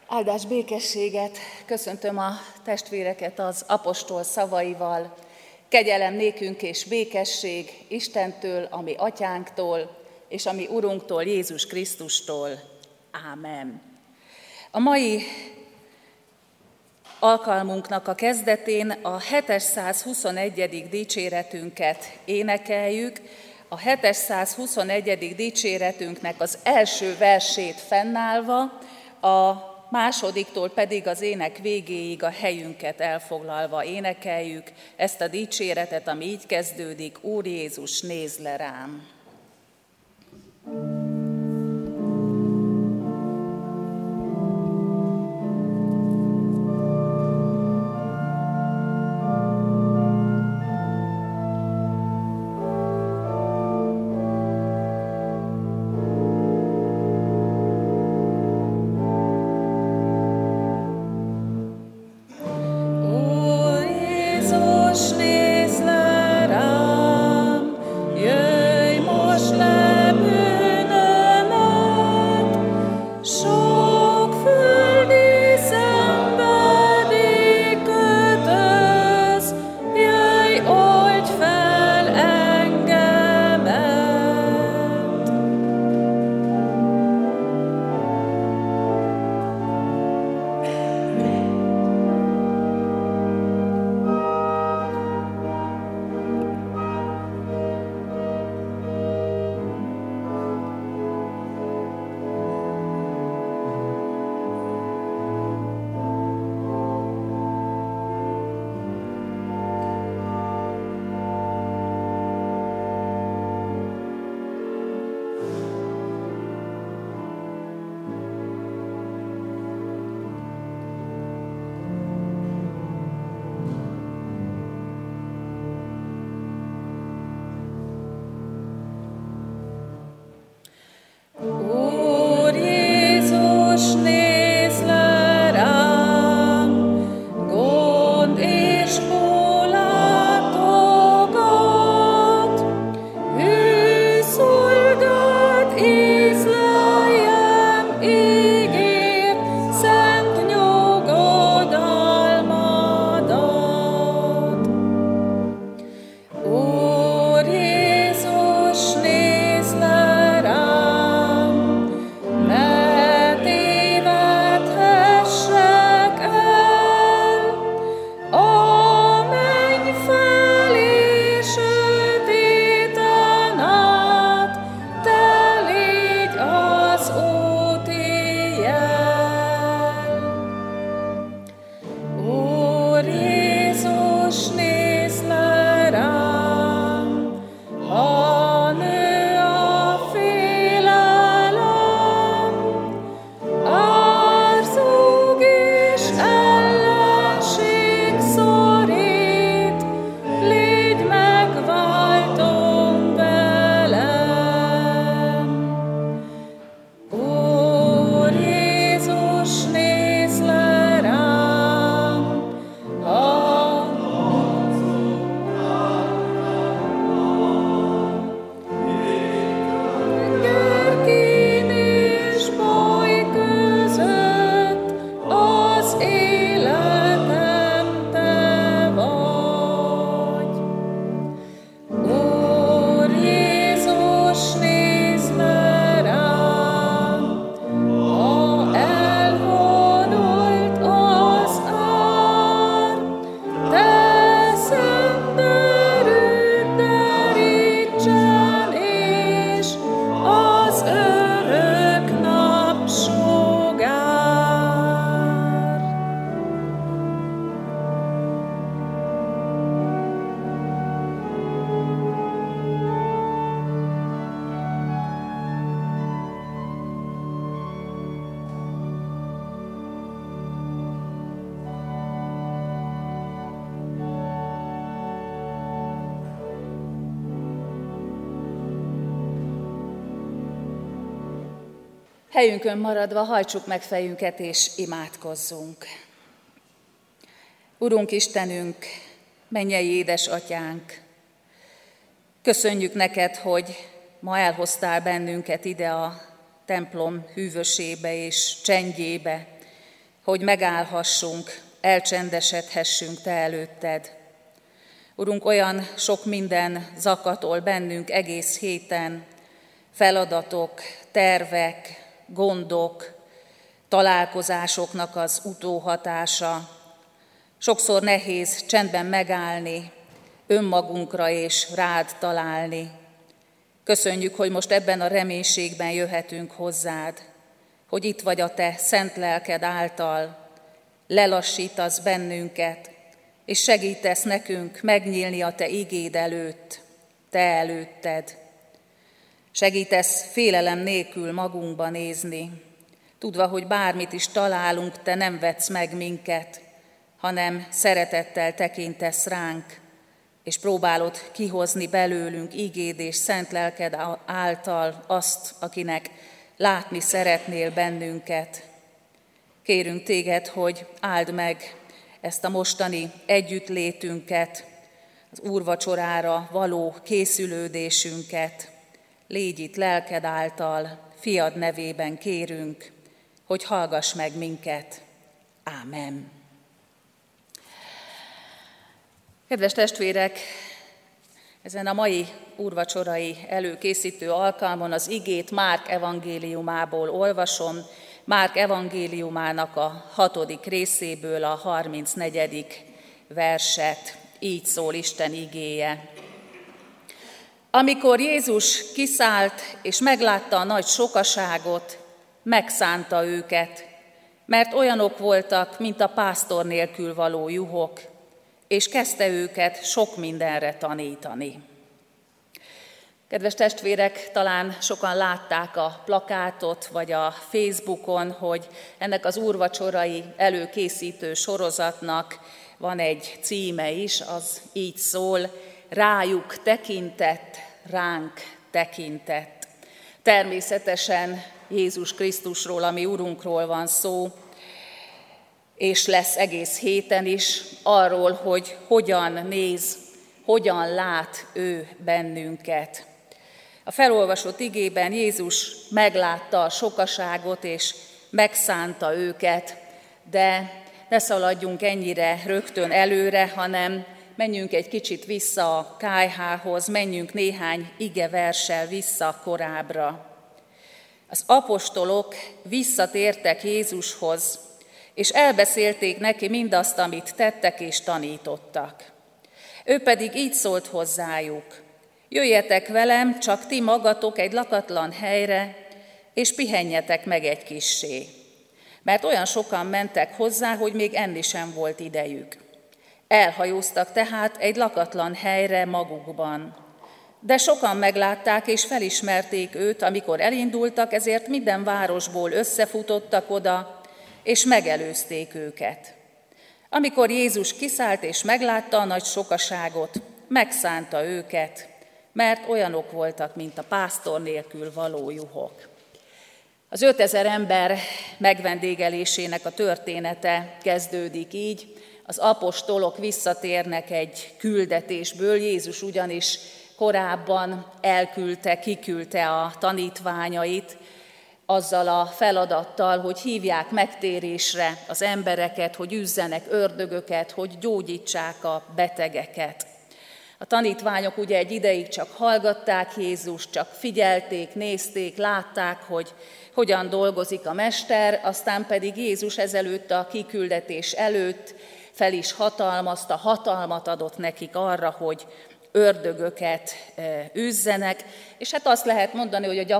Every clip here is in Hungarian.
Áldás békességet, köszöntöm a testvéreket az apostol szavaival. Kegyelem nékünk és békesség Istentől, a mi atyánktól, és a mi Urunktól, Jézus Krisztustól. Ámen. A mai alkalmunknak a kezdetén a 721. dicséretünket énekeljük. A 721. dicséretünknek az első versét fennállva, a másodiktól pedig az ének végéig a helyünket elfoglalva énekeljük ezt a dicséretet, ami így kezdődik: Úr Jézus, nézz le rám! Helyünkön maradva hajtsuk meg fejünket és imádkozzunk. Urunk Istenünk, mennyei édesatyánk, köszönjük neked, hogy ma elhoztál bennünket ide a templom hűvösébe és csendjébe, hogy megállhassunk, elcsendesedhessünk Te előtted. Urunk, olyan sok minden zakatol bennünk egész héten, feladatok, tervek, gondok, találkozásoknak az utóhatása. Sokszor nehéz csendben megállni, önmagunkra és rád találni. Köszönjük, hogy most ebben a reménységben jöhetünk hozzád, hogy itt vagy a Te szent lelked által, lelassítasz bennünket, és segítesz nekünk megnyílni a Te igéd előtt, Te előtted. Segítesz félelem nélkül magunkba nézni, tudva, hogy bármit is találunk, Te nem vetsz meg minket, hanem szeretettel tekintesz ránk, és próbálod kihozni belőlünk igéd és szent lelked által azt, akinek látni szeretnél bennünket. Kérünk Téged, hogy áld meg ezt a mostani együttlétünket, az úrvacsorára való készülődésünket. Légy itt lelked által, Fiad nevében kérünk, hogy hallgass meg minket. Ámen. Kedves testvérek, ezen a mai úrvacsorai előkészítő alkalmon az igét Márk evangéliumából olvasom, Márk evangéliumának a 6. részéből a 34. verset. Így szól Isten igéje. Amikor Jézus kiszállt és meglátta a nagy sokaságot, megszánta őket, mert olyanok voltak, mint a pásztor nélkül való juhok, és kezdte őket sok mindenre tanítani. Kedves testvérek, talán sokan látták a plakátot, vagy a Facebookon, hogy ennek az úrvacsorai előkészítő sorozatnak van egy címe is, az így szól: Rájuk tekintett, ránk tekintett. Természetesen Jézus Krisztusról, a mi Urunkról van szó, és lesz egész héten is arról, hogy hogyan néz, hogyan lát ő bennünket. A felolvasott igében Jézus meglátta a sokaságot, és megszánta őket, de ne szaladjunk ennyire rögtön előre, hanem menjünk egy kicsit vissza a kályhához, menjünk néhány igeverssel vissza korábbra. Az apostolok visszatértek Jézushoz, és elbeszélték neki mindazt, amit tettek és tanítottak. Ő pedig így szólt hozzájuk: jöjjetek velem, csak ti magatok egy lakatlan helyre, és pihenjetek meg egy kissé. Mert olyan sokan mentek hozzá, hogy még enni sem volt idejük. Elhajóztak tehát egy lakatlan helyre magukban. De sokan meglátták és felismerték őt, amikor elindultak, ezért minden városból összefutottak oda, és megelőzték őket. Amikor Jézus kiszállt és meglátta a nagy sokaságot, megszánta őket, mert olyanok voltak, mint a pásztor nélkül való juhok. Az 5000 ember megvendégelésének a története kezdődik így. Az apostolok visszatérnek egy küldetésből, Jézus ugyanis korábban kiküldte a tanítványait azzal a feladattal, hogy hívják megtérésre az embereket, hogy üzzenek ördögöket, hogy gyógyítsák a betegeket. A tanítványok ugye egy ideig csak hallgatták Jézust, csak figyelték, nézték, látták, hogy hogyan dolgozik a mester, aztán pedig Jézus ezelőtt a kiküldetés előtt fel is hatalmazta, hatalmat adott nekik arra, hogy ördögöket üzzenek, és hát azt lehet mondani, hogy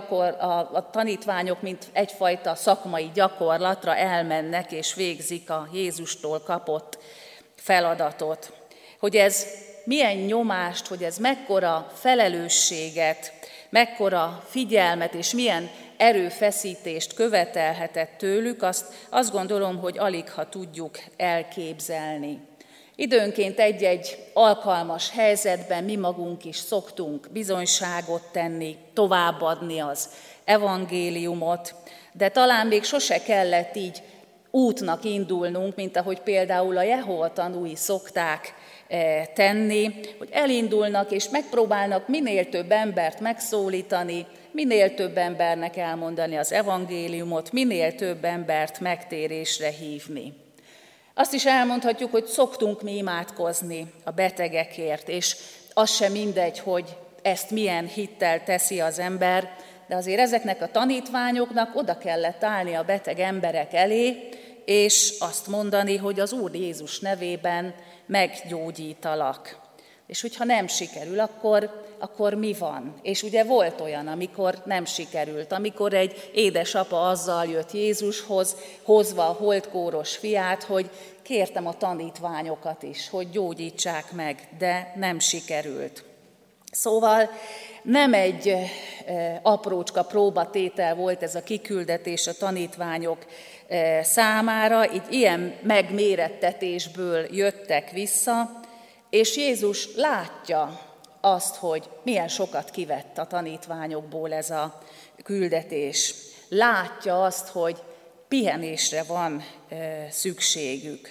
a tanítványok mint egyfajta szakmai gyakorlatra elmennek és végzik a Jézustól kapott feladatot. Hogy ez milyen nyomást, hogy ez mekkora felelősséget, mekkora figyelmet és milyen erőfeszítést követelhetett tőlük, azt gondolom, hogy aligha tudjuk elképzelni. Időnként egy-egy alkalmas helyzetben mi magunk is szoktunk bizonyságot tenni, továbbadni az evangéliumot, de talán még sose kellett így útnak indulnunk, mint ahogy például a Jehova tanúi szokták tenni, hogy elindulnak és megpróbálnak minél több embert megszólítani, minél több embernek elmondani az evangéliumot, minél több embert megtérésre hívni. Azt is elmondhatjuk, hogy szoktunk mi imádkozni a betegekért, és az sem mindegy, hogy ezt milyen hittel teszi az ember, de azért ezeknek a tanítványoknak oda kellett állni a beteg emberek elé, és azt mondani, hogy az Úr Jézus nevében meggyógyítalak. És hogyha nem sikerül, akkor mi van? És ugye volt olyan, amikor nem sikerült, amikor egy édesapa azzal jött Jézushoz, hozva a holdkóros fiát, hogy kértem a tanítványokat is, hogy gyógyítsák meg, de nem sikerült. Szóval nem egy aprócska próbatétel volt ez a kiküldetés a tanítványok számára, így ilyen megmérettetésből jöttek vissza, és Jézus látja azt, hogy milyen sokat kivett a tanítványokból ez a küldetés. Látja azt, hogy pihenésre van szükségük.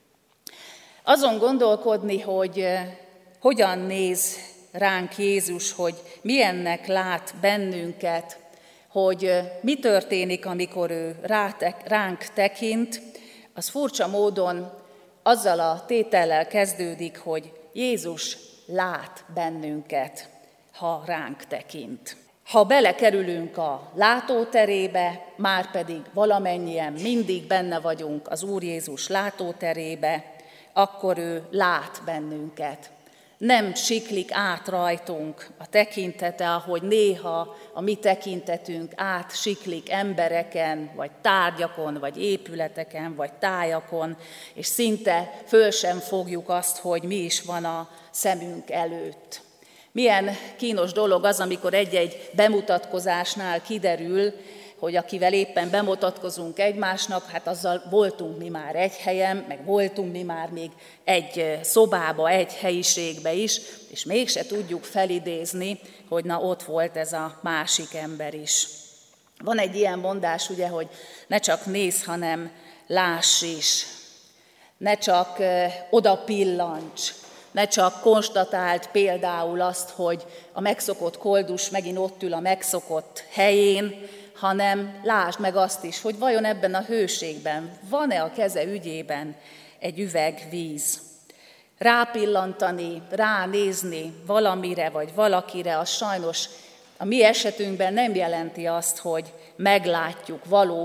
Azon gondolkodni, hogy hogyan néz ránk Jézus, hogy milyennek lát bennünket, hogy mi történik, amikor ő ránk tekint, az furcsa módon azzal a tétellel kezdődik, hogy Jézus lát bennünket, ha ránk tekint. Ha belekerülünk a látóterébe, márpedig valamennyien mindig benne vagyunk az Úr Jézus látóterébe, akkor ő lát bennünket. Nem siklik át rajtunk a tekintete, ahogy néha a mi tekintetünk átsiklik embereken, vagy tárgyakon, vagy épületeken, vagy tájakon, és szinte föl sem fogjuk azt, hogy mi is van a szemünk előtt. Milyen kínos dolog az, amikor egy-egy bemutatkozásnál kiderül, hogy akivel éppen bemutatkozunk egymásnak, hát azzal voltunk mi már egy helyen, meg voltunk mi már még egy szobába, egy helyiségbe is, és mégse tudjuk felidézni, hogy na ott volt ez a másik ember is. Van egy ilyen mondás, ugye, hogy ne csak nézz, hanem láss is. Ne csak oda pillancs, ne csak konstatáld például azt, hogy a megszokott koldus megint ott ül a megszokott helyén, hanem lásd meg azt is, hogy vajon ebben a hőségben van-e a keze ügyében egy üveg víz. Rápillantani, ránézni valamire vagy valakire, az sajnos a mi esetünkben nem jelenti azt, hogy meglátjuk,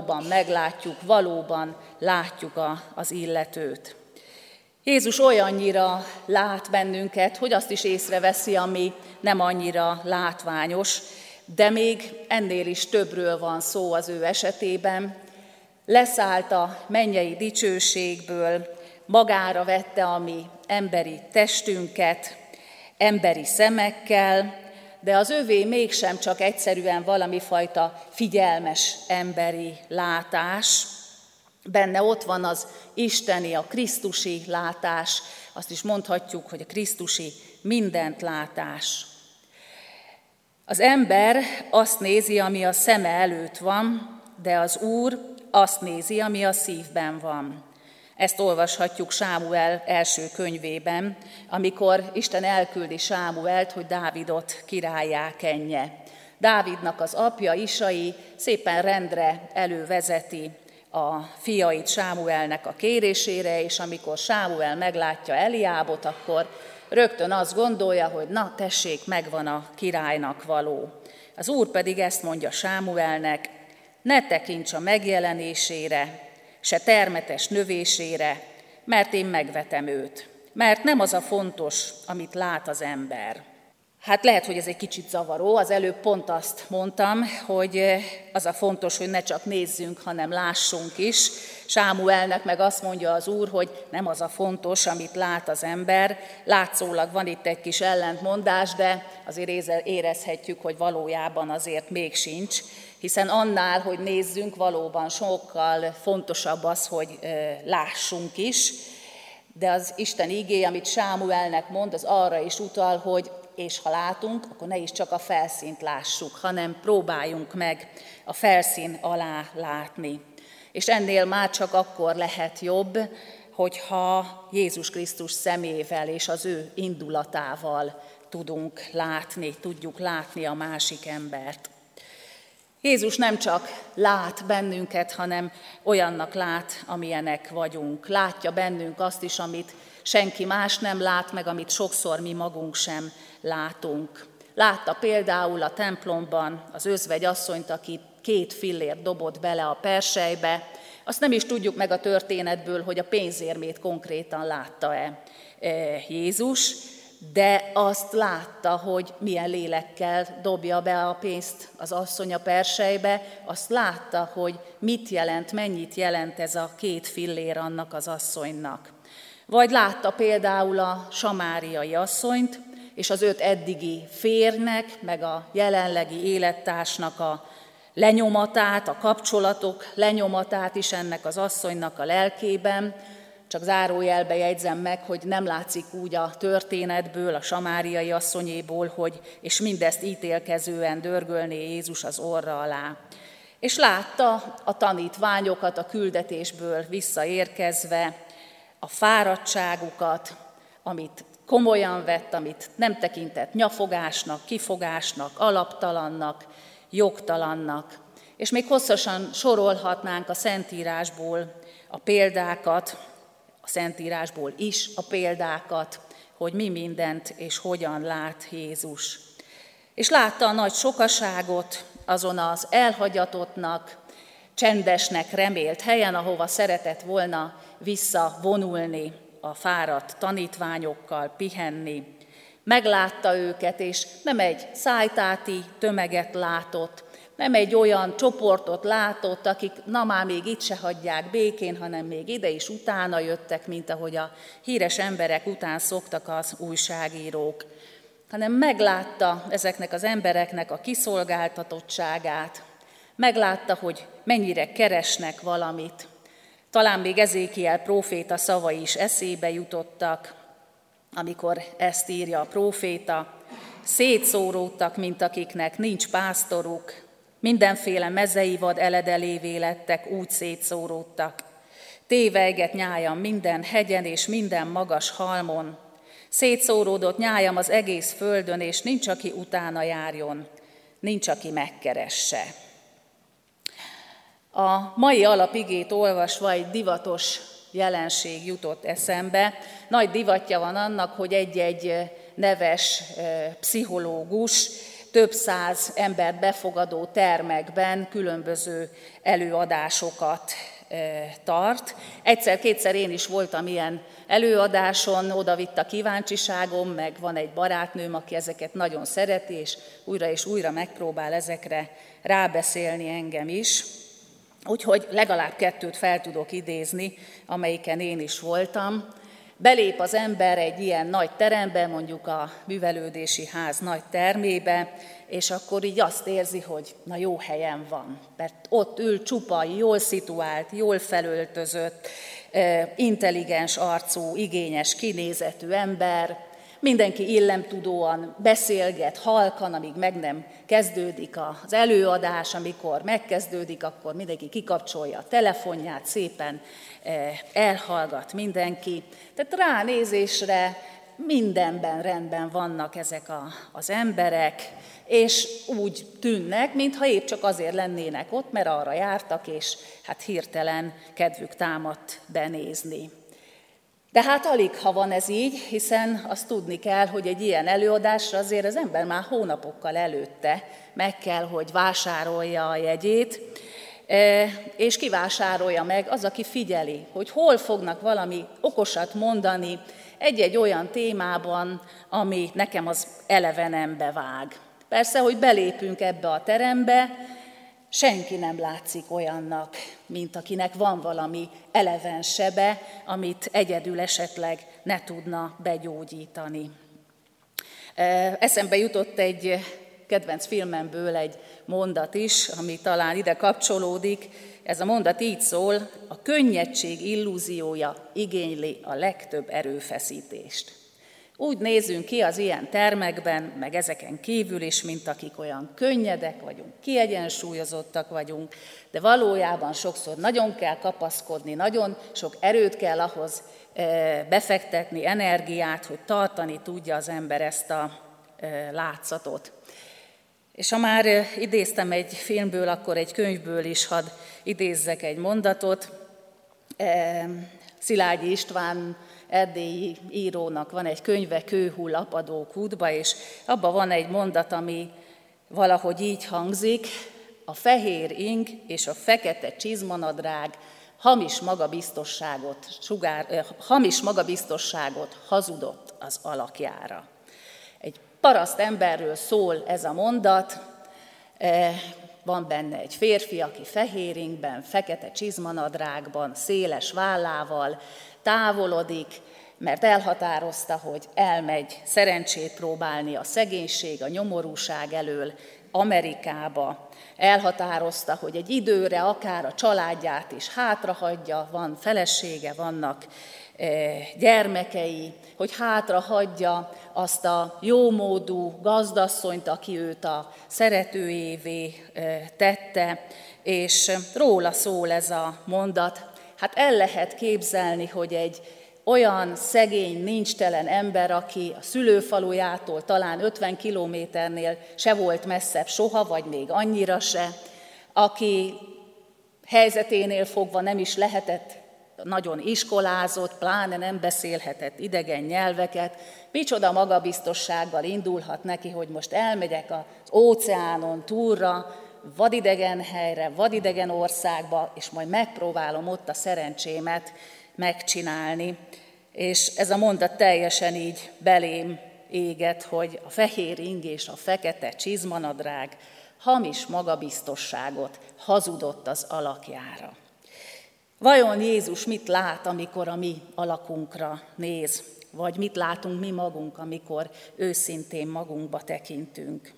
valóban látjuk az illetőt. Jézus olyannyira lát bennünket, hogy azt is észreveszi, ami nem annyira látványos, de még ennél is többről van szó az ő esetében. Leszállt a mennyei dicsőségből, magára vette a mi emberi testünket, emberi szemekkel, de az övé mégsem csak egyszerűen valami fajta figyelmes emberi látás. Benne ott van az isteni, a krisztusi látás, azt is mondhatjuk, hogy a krisztusi mindentlátás. Az ember azt nézi, ami a szeme előtt van, de az Úr azt nézi, ami a szívben van. Ezt olvashatjuk Sámuel első könyvében, amikor Isten elküldi Sámuelt, hogy Dávidot királlyá kenje. Dávidnak az apja, Isai szépen rendre elővezeti a fiait Sámuelnek a kérésére, és amikor Sámuel meglátja Eliábot, akkor rögtön azt gondolja, hogy na tessék, megvan a királynak való. Az Úr pedig ezt mondja Sámuelnek, ne tekints a megjelenésére, se termetes növésére, mert én megvetem őt. Mert nem az a fontos, amit lát az ember. Hát lehet, hogy ez egy kicsit zavaró, az előbb pont azt mondtam, hogy az a fontos, hogy ne csak nézzünk, hanem lássunk is. Sámuelnek meg azt mondja az Úr, hogy nem az a fontos, amit lát az ember. Látszólag van itt egy kis ellentmondás, de azért érezhetjük, hogy valójában azért még sincs, hiszen annál, hogy nézzünk, valóban sokkal fontosabb az, hogy lássunk is. De az Isten igéje, amit Sámuelnek mond, az arra is utal, hogy és ha látunk, akkor ne is csak a felszínt lássuk, hanem próbáljunk meg a felszín alá látni. És ennél már csak akkor lehet jobb, hogyha Jézus Krisztus szemével és az ő indulatával tudjuk látni a másik embert. Jézus nem csak lát bennünket, hanem olyannak lát, amilyenek vagyunk. Látja bennünk azt is, amit senki más nem lát, meg amit sokszor mi magunk sem látunk. Látta például a templomban az özvegy asszonyt, aki 2 fillért dobott bele a perselybe. Azt nem is tudjuk meg a történetből, hogy a pénzérmét konkrétan látta-e Jézus, de azt látta, hogy milyen lélekkel dobja be a pénzt az asszony a perselybe, azt látta, hogy mit jelent, mennyit jelent ez a 2 fillér annak az asszonynak. Vagy látta például a samáriai asszonyt, és az 5 eddigi férjnek, meg a jelenlegi élettársnak a lenyomatát, a kapcsolatok lenyomatát is ennek az asszonynak a lelkében. Csak zárójelbe jegyzem meg, hogy nem látszik úgy a történetből, a samáriai asszonyéból, hogy és mindezt ítélkezően dörgölné Jézus az orra alá. És látta a tanítványokat a küldetésből visszaérkezve, a fáradtságukat, amit komolyan vett, amit nem tekintett nyafogásnak, kifogásnak, alaptalannak, jogtalannak. És még hosszasan sorolhatnánk a Szentírásból a példákat, a Szentírásból is a példákat, hogy mi mindent és hogyan lát Jézus. És látta a nagy sokaságot azon az elhagyatottnak, csendesnek remélt helyen, ahova szeretett volna visszavonulni a fáradt tanítványokkal, pihenni. Meglátta őket, és nem egy szájtáti tömeget látott, nem egy olyan csoportot látott, akik már még itt se hagyják békén, hanem még ide is utána jöttek, mint ahogy a híres emberek után szoktak az újságírók, hanem meglátta ezeknek az embereknek a kiszolgáltatottságát, meglátta, hogy mennyire keresnek valamit. Talán még Ezékiel próféta szavai is eszébe jutottak, amikor ezt írja a próféta: szétszóródtak, mint akiknek nincs pásztoruk, mindenféle mezei vad eledelévé lettek, úgy szétszóródtak. Tévelyget nyájam minden hegyen és minden magas halmon. Szétszóródott nyájam az egész földön, és nincs, aki utána járjon, nincs, aki megkeresse. A mai alapigét olvasva egy divatos jelenség jutott eszembe. Nagy divatja van annak, hogy egy-egy neves pszichológus több száz embert befogadó termekben különböző előadásokat tart. Egyszer-kétszer én is voltam ilyen előadáson, oda vitt a kíváncsiságom, meg van egy barátnőm, aki ezeket nagyon szereti, és újra megpróbál ezekre rábeszélni engem is. Úgyhogy legalább 2 fel tudok idézni, amelyiken én is voltam. Belép az ember egy ilyen nagy terembe, mondjuk a művelődési ház nagy termébe, és akkor így azt érzi, hogy na jó helyen van, mert ott ül csupa, jól szituált, jól felöltözött, intelligens arcú, igényes kinézetű ember, mindenki illemtudóan beszélget, halkan, amíg meg nem kezdődik az előadás, amikor megkezdődik, akkor mindenki kikapcsolja a telefonját, szépen elhallgat mindenki. Tehát ránézésre mindenben rendben vannak ezek az emberek, és úgy tűnnek, mintha épp csak azért lennének ott, mert arra jártak, és hát hirtelen kedvük támadt benézni. De hát alig, ha van ez így, hiszen azt tudni kell, hogy egy ilyen előadásra azért az ember már hónapokkal előtte meg kell, hogy vásárolja a jegyét, és kivásárolja meg az, aki figyeli, hogy hol fognak valami okosat mondani egy-egy olyan témában, ami nekem az elevenembe vág. Persze, hogy belépünk ebbe a terembe, senki nem látszik olyannak, mint akinek van valami eleven sebe, amit egyedül esetleg ne tudna begyógyítani. Eszembe jutott egy kedvenc filmemből egy mondat is, ami talán ide kapcsolódik. Ez a mondat így szól: a könnyedség illúziója igényli a legtöbb erőfeszítést. Úgy nézünk ki az ilyen termekben, meg ezeken kívül is, mint akik olyan könnyedek vagyunk, kiegyensúlyozottak vagyunk, de valójában sokszor nagyon kell kapaszkodni, nagyon sok erőt kell ahhoz befektetni, energiát, hogy tartani tudja az ember ezt a látszatot. És ha már idéztem egy filmből, akkor egy könyvből is hadd idézzek egy mondatot. Szilágyi István erdélyi írónak van egy könyve, Kőhull apadó kútba, és abban van egy mondat, ami valahogy így hangzik: a fehér ing és a fekete csizmanadrág hamis magabiztosságot hazudott az alakjára. Egy paraszt emberről szól ez a mondat, van benne egy férfi, aki fehér ingben, fekete csizmanadrágban, széles vállával távolodik, mert elhatározta, hogy elmegy szerencsét próbálni a szegénység, a nyomorúság elől Amerikába. Elhatározta, hogy egy időre akár a családját is hátrahagyja, van felesége, vannak gyermekei, hogy hátrahagyja azt a jómódú gazdasszonyt, aki őt a szeretőjévé tette, és róla szól ez a mondat. Hát el lehet képzelni, hogy egy olyan szegény, nincstelen ember, aki a szülőfalujától talán 50 kilométernél se volt messzebb soha, vagy még annyira se, aki helyzeténél fogva nem is lehetett nagyon iskolázott, pláne nem beszélhetett idegen nyelveket, micsoda magabiztossággal indulhat neki, hogy most elmegyek az óceánon túlra, vadidegen helyre, vadidegen országba, és majd megpróbálom ott a szerencsémet megcsinálni. És ez a mondat teljesen így belém éget, hogy a fehér ing és a fekete csizmanadrág hamis magabiztosságot hazudott az alakjára. Vajon Jézus mit lát, amikor a mi alakunkra néz? Vagy mit látunk mi magunk, amikor őszintén magunkba tekintünk?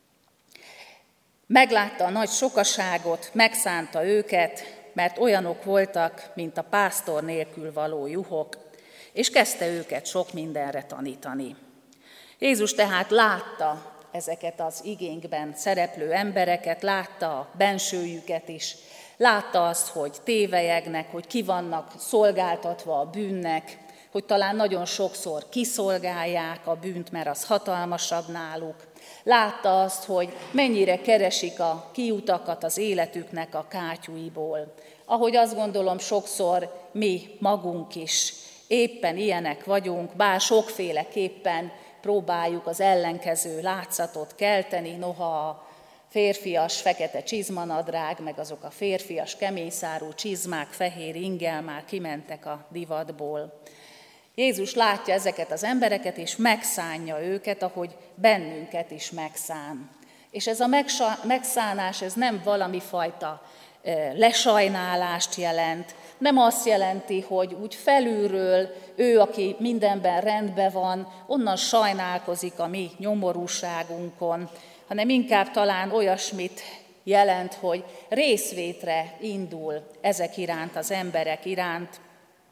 Meglátta a nagy sokaságot, megszánta őket, mert olyanok voltak, mint a pásztor nélkül való juhok, és kezdte őket sok mindenre tanítani. Jézus tehát látta ezeket az igénkben szereplő embereket, látta a bensőjüket is, látta azt, hogy tévelyegnek, hogy ki vannak szolgáltatva a bűnnek, hogy talán nagyon sokszor kiszolgálják a bűnt, mert az hatalmasabb náluk. Látta azt, hogy mennyire keresik a kiutakat az életüknek a kátyúiból. Ahogy azt gondolom, sokszor mi magunk is éppen ilyenek vagyunk, bár sokféleképpen próbáljuk az ellenkező látszatot kelteni, noha a férfias fekete csizmanadrág, meg azok a férfias keményszárú csizmák fehér inggel már kimentek a divatból. Jézus látja ezeket az embereket, és megszánja őket, ahogy bennünket is megszán. És ez a megszánás, ez nem valami fajta lesajnálást jelent, nem azt jelenti, hogy úgy felülről ő, aki mindenben rendben van, onnan sajnálkozik a mi nyomorúságunkon, hanem inkább talán olyasmit jelent, hogy részvétre indul ezek iránt, az emberek iránt.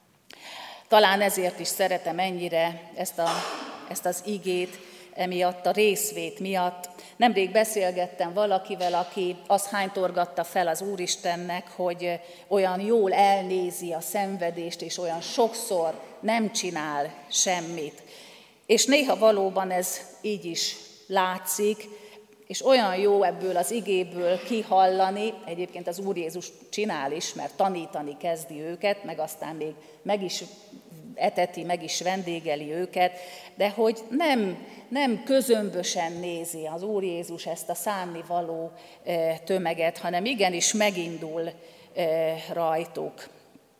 Talán ezért is szeretem ennyire ezt az igét, emiatt a részvét miatt. Nemrég beszélgettem valakivel, aki azt hánytorgatta fel az Úristennek, hogy olyan jól elnézi a szenvedést, és olyan sokszor nem csinál semmit. És néha valóban ez így is látszik, és olyan jó ebből az igéből kihallani, egyébként az Úr Jézus csinál is, mert tanítani kezdi őket, meg aztán még meg is eteti, meg is vendégeli őket, de hogy nem közömbösen nézi az Úr Jézus ezt a szánnivaló tömeget, hanem igenis megindul rajtuk.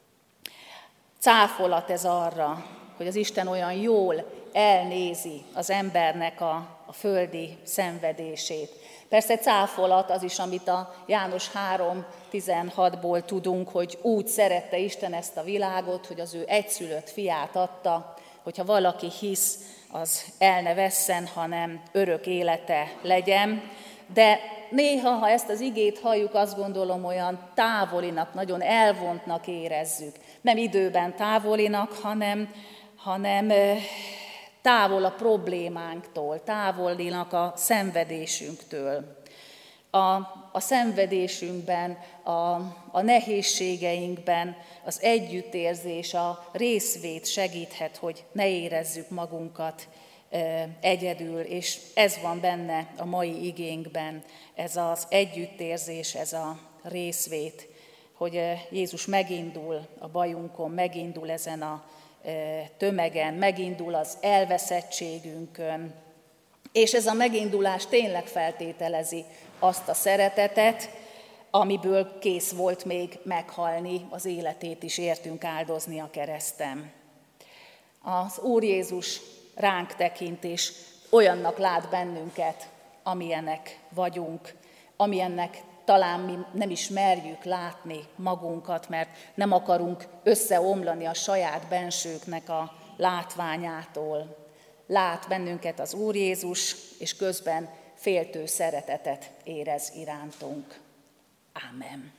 Cáfolat ez arra, hogy az Isten olyan jól elnézi az embernek a földi szenvedését. Persze cáfolat az is, amit a János 3:16-ból tudunk, hogy úgy szerette Isten ezt a világot, hogy az ő egyszülött fiát adta, hogyha valaki hisz, az el ne vesszen, hanem örök élete legyen. De néha, ha ezt az igét halljuk, azt gondolom, olyan távolinak, nagyon elvontnak érezzük. Nem időben távolinak, hanem távol a problémánktól, távolinak a szenvedésünktől. A szenvedésünkben, a nehézségeinkben az együttérzés, a részvét segíthet, hogy ne érezzük magunkat egyedül, és ez van benne a mai igénkben, ez az együttérzés, ez a részvét, hogy Jézus megindul a bajunkon, megindul ezen a tömegen, megindul az elveszettségünkön, és ez a megindulás tényleg feltételezi azt a szeretetet, amiből kész volt még meghalni, az életét is értünk áldozni a kereszten. Az Úr Jézus ránk tekint, és olyannak lát bennünket, amilyenek vagyunk, amilyennek talán mi nem is merjük látni magunkat, mert nem akarunk összeomlani a saját bensőknek a látványától. Lát bennünket az Úr Jézus, és közben féltő szeretetet érez irántunk. Ámen.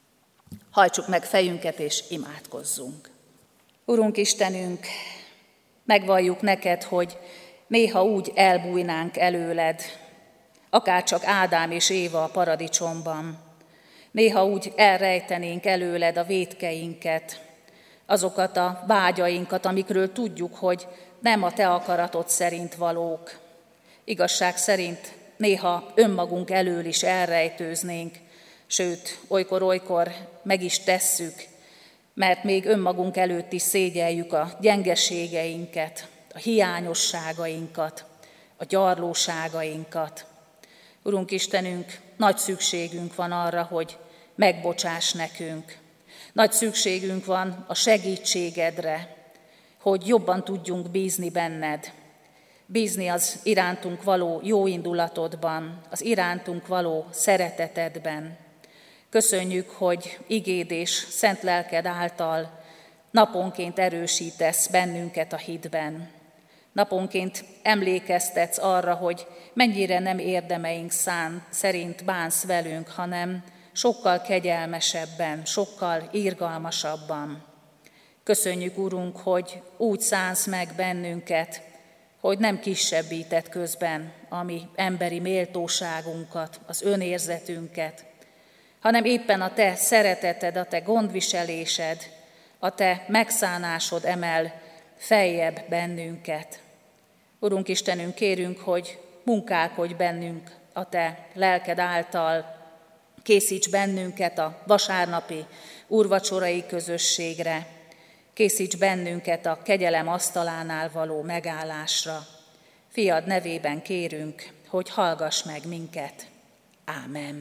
Hajtsuk meg fejünket, és imádkozzunk. Urunk Istenünk, megvalljuk neked, hogy néha úgy elbújnánk előled, akárcsak Ádám és Éva a paradicsomban. Néha úgy elrejtenénk előled a vétkeinket, azokat a vágyainkat, amikről tudjuk, hogy nem a te akaratod szerint valók. Igazság szerint néha önmagunk elől is elrejtőznénk, sőt, olykor-olykor meg is tesszük, mert még önmagunk előtt is szégyeljük a gyengeségeinket, a hiányosságainkat, a gyarlóságainkat. Urunk Istenünk, nagy szükségünk van arra, hogy megbocsáss nekünk. Nagy szükségünk van a segítségedre, hogy jobban tudjunk bízni benned. Bízni az irántunk való jó indulatodban, az irántunk való szeretetedben. Köszönjük, hogy igéd és szent lelked által naponként erősítesz bennünket a hitben. Naponként emlékeztetsz arra, hogy mennyire nem érdemeink szerint bánsz velünk, hanem sokkal kegyelmesebben, sokkal irgalmasabban. Köszönjük, Urunk, hogy úgy szánsz meg bennünket, hogy nem kisebbített közben a mi emberi méltóságunkat, az önérzetünket, hanem éppen a te szereteted, a te gondviselésed, a te megszánásod emel feljebb bennünket. Urunk Istenünk, kérünk, hogy munkálkodj bennünk a te lelked által, készíts bennünket a vasárnapi úrvacsorai közösségre, készíts bennünket a kegyelem asztalánál való megállásra. Fiad nevében kérünk, hogy hallgass meg minket. Ámen.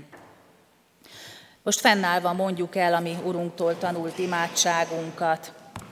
Most fennállva mondjuk el a mi Urunktól tanult imádságunkat.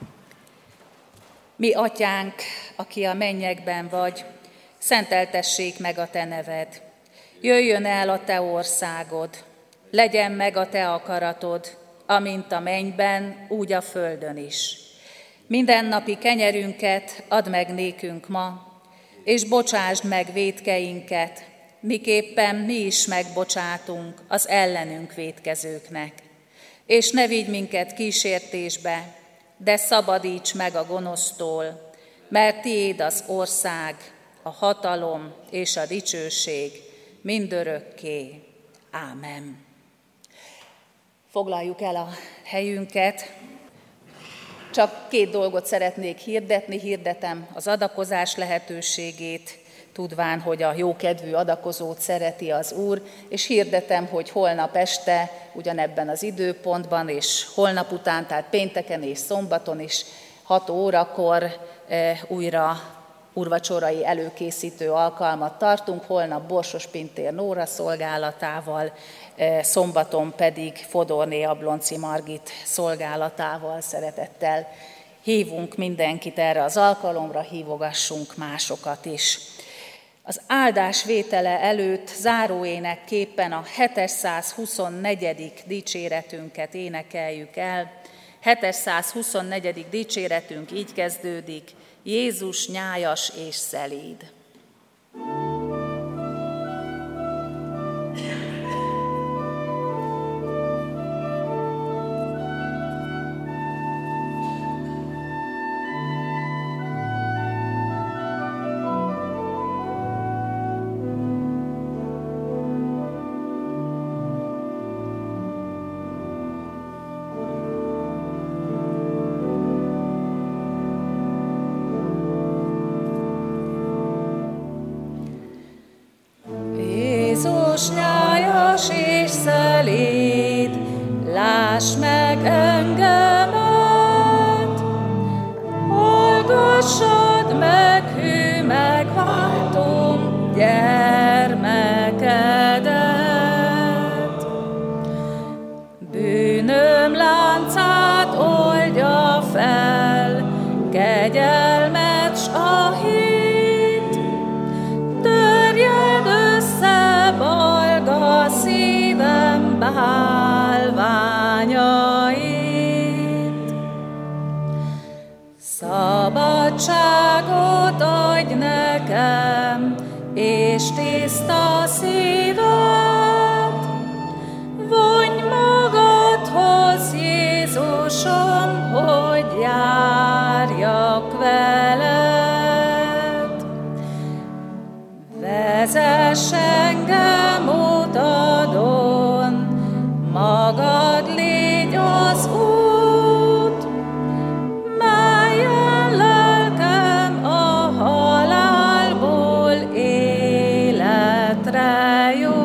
Mi atyánk, aki a mennyekben vagy, szenteltessék meg a te neved. Jöjjön el a te országod, legyen meg a te akaratod, amint a mennyben, úgy a földön is. Mindennapi kenyerünket add meg nékünk ma, és bocsásd meg vétkeinket, miképpen mi is megbocsátunk az ellenünk vétkezőknek. És ne vigy minket kísértésbe, de szabadíts meg a gonosztól, mert tiéd az ország, a hatalom és a dicsőség mindörökké. Ámen. Foglaljuk el a helyünket. Csak 2 dolgot szeretnék hirdetni. Hirdetem az adakozás lehetőségét, tudván, hogy a jókedvű adakozót szereti az Úr, és hirdetem, hogy holnap este ugyanebben az időpontban, és holnap után, tehát pénteken és szombaton is 6 órakor újra úrvacsorai előkészítő alkalmat tartunk, holnap Borsos Pintér Nóra szolgálatával, szombaton pedig Fodorné Ablonci Margit szolgálatával. Szeretettel hívunk mindenkit erre az alkalomra, hívogassunk másokat is. Az áldás vétele előtt záróénekképpen a 724. dicséretünket énekeljük el. 724. dicséretünk így kezdődik: Jézus nyájas és szelíd. Jézus nyájas és szelíd, láss meg engemet, hallgassad meg hű megváltom gyermekedet. Bűnöm láncát oldja fel, kegyelmet s a hit, törjed össze balga szívem bálványait. Szabadságot adj nekem, és tiszta szívet, vonj magadhoz, Jézusom, hogy járjak veled. Vezess engem utadon, magad légy az út, melyen lelkem a halálból életre jut.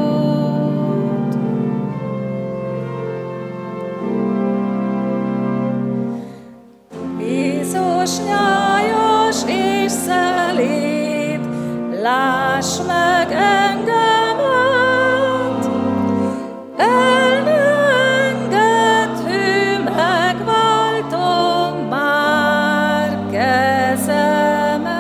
Jézus nyájas és szelíd, láss meg engemet, el ne engedd, hű megváltom már kezemet.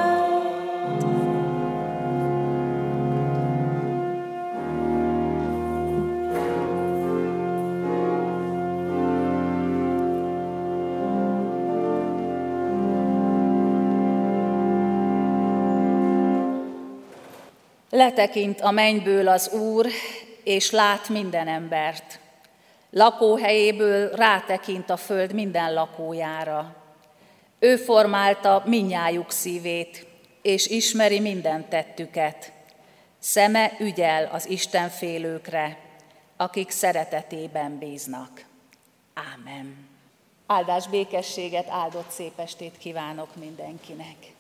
Letekint a mennyből az Úr, és lát minden embert. Lakóhelyéből rátekint a föld minden lakójára. Ő formálta mindnyájuk szívét, és ismeri minden tettüket. Szeme ügyel az istenfélőkre, akik szeretetében bíznak. Ámen. Áldás, békességet, áldott szép estét kívánok mindenkinek.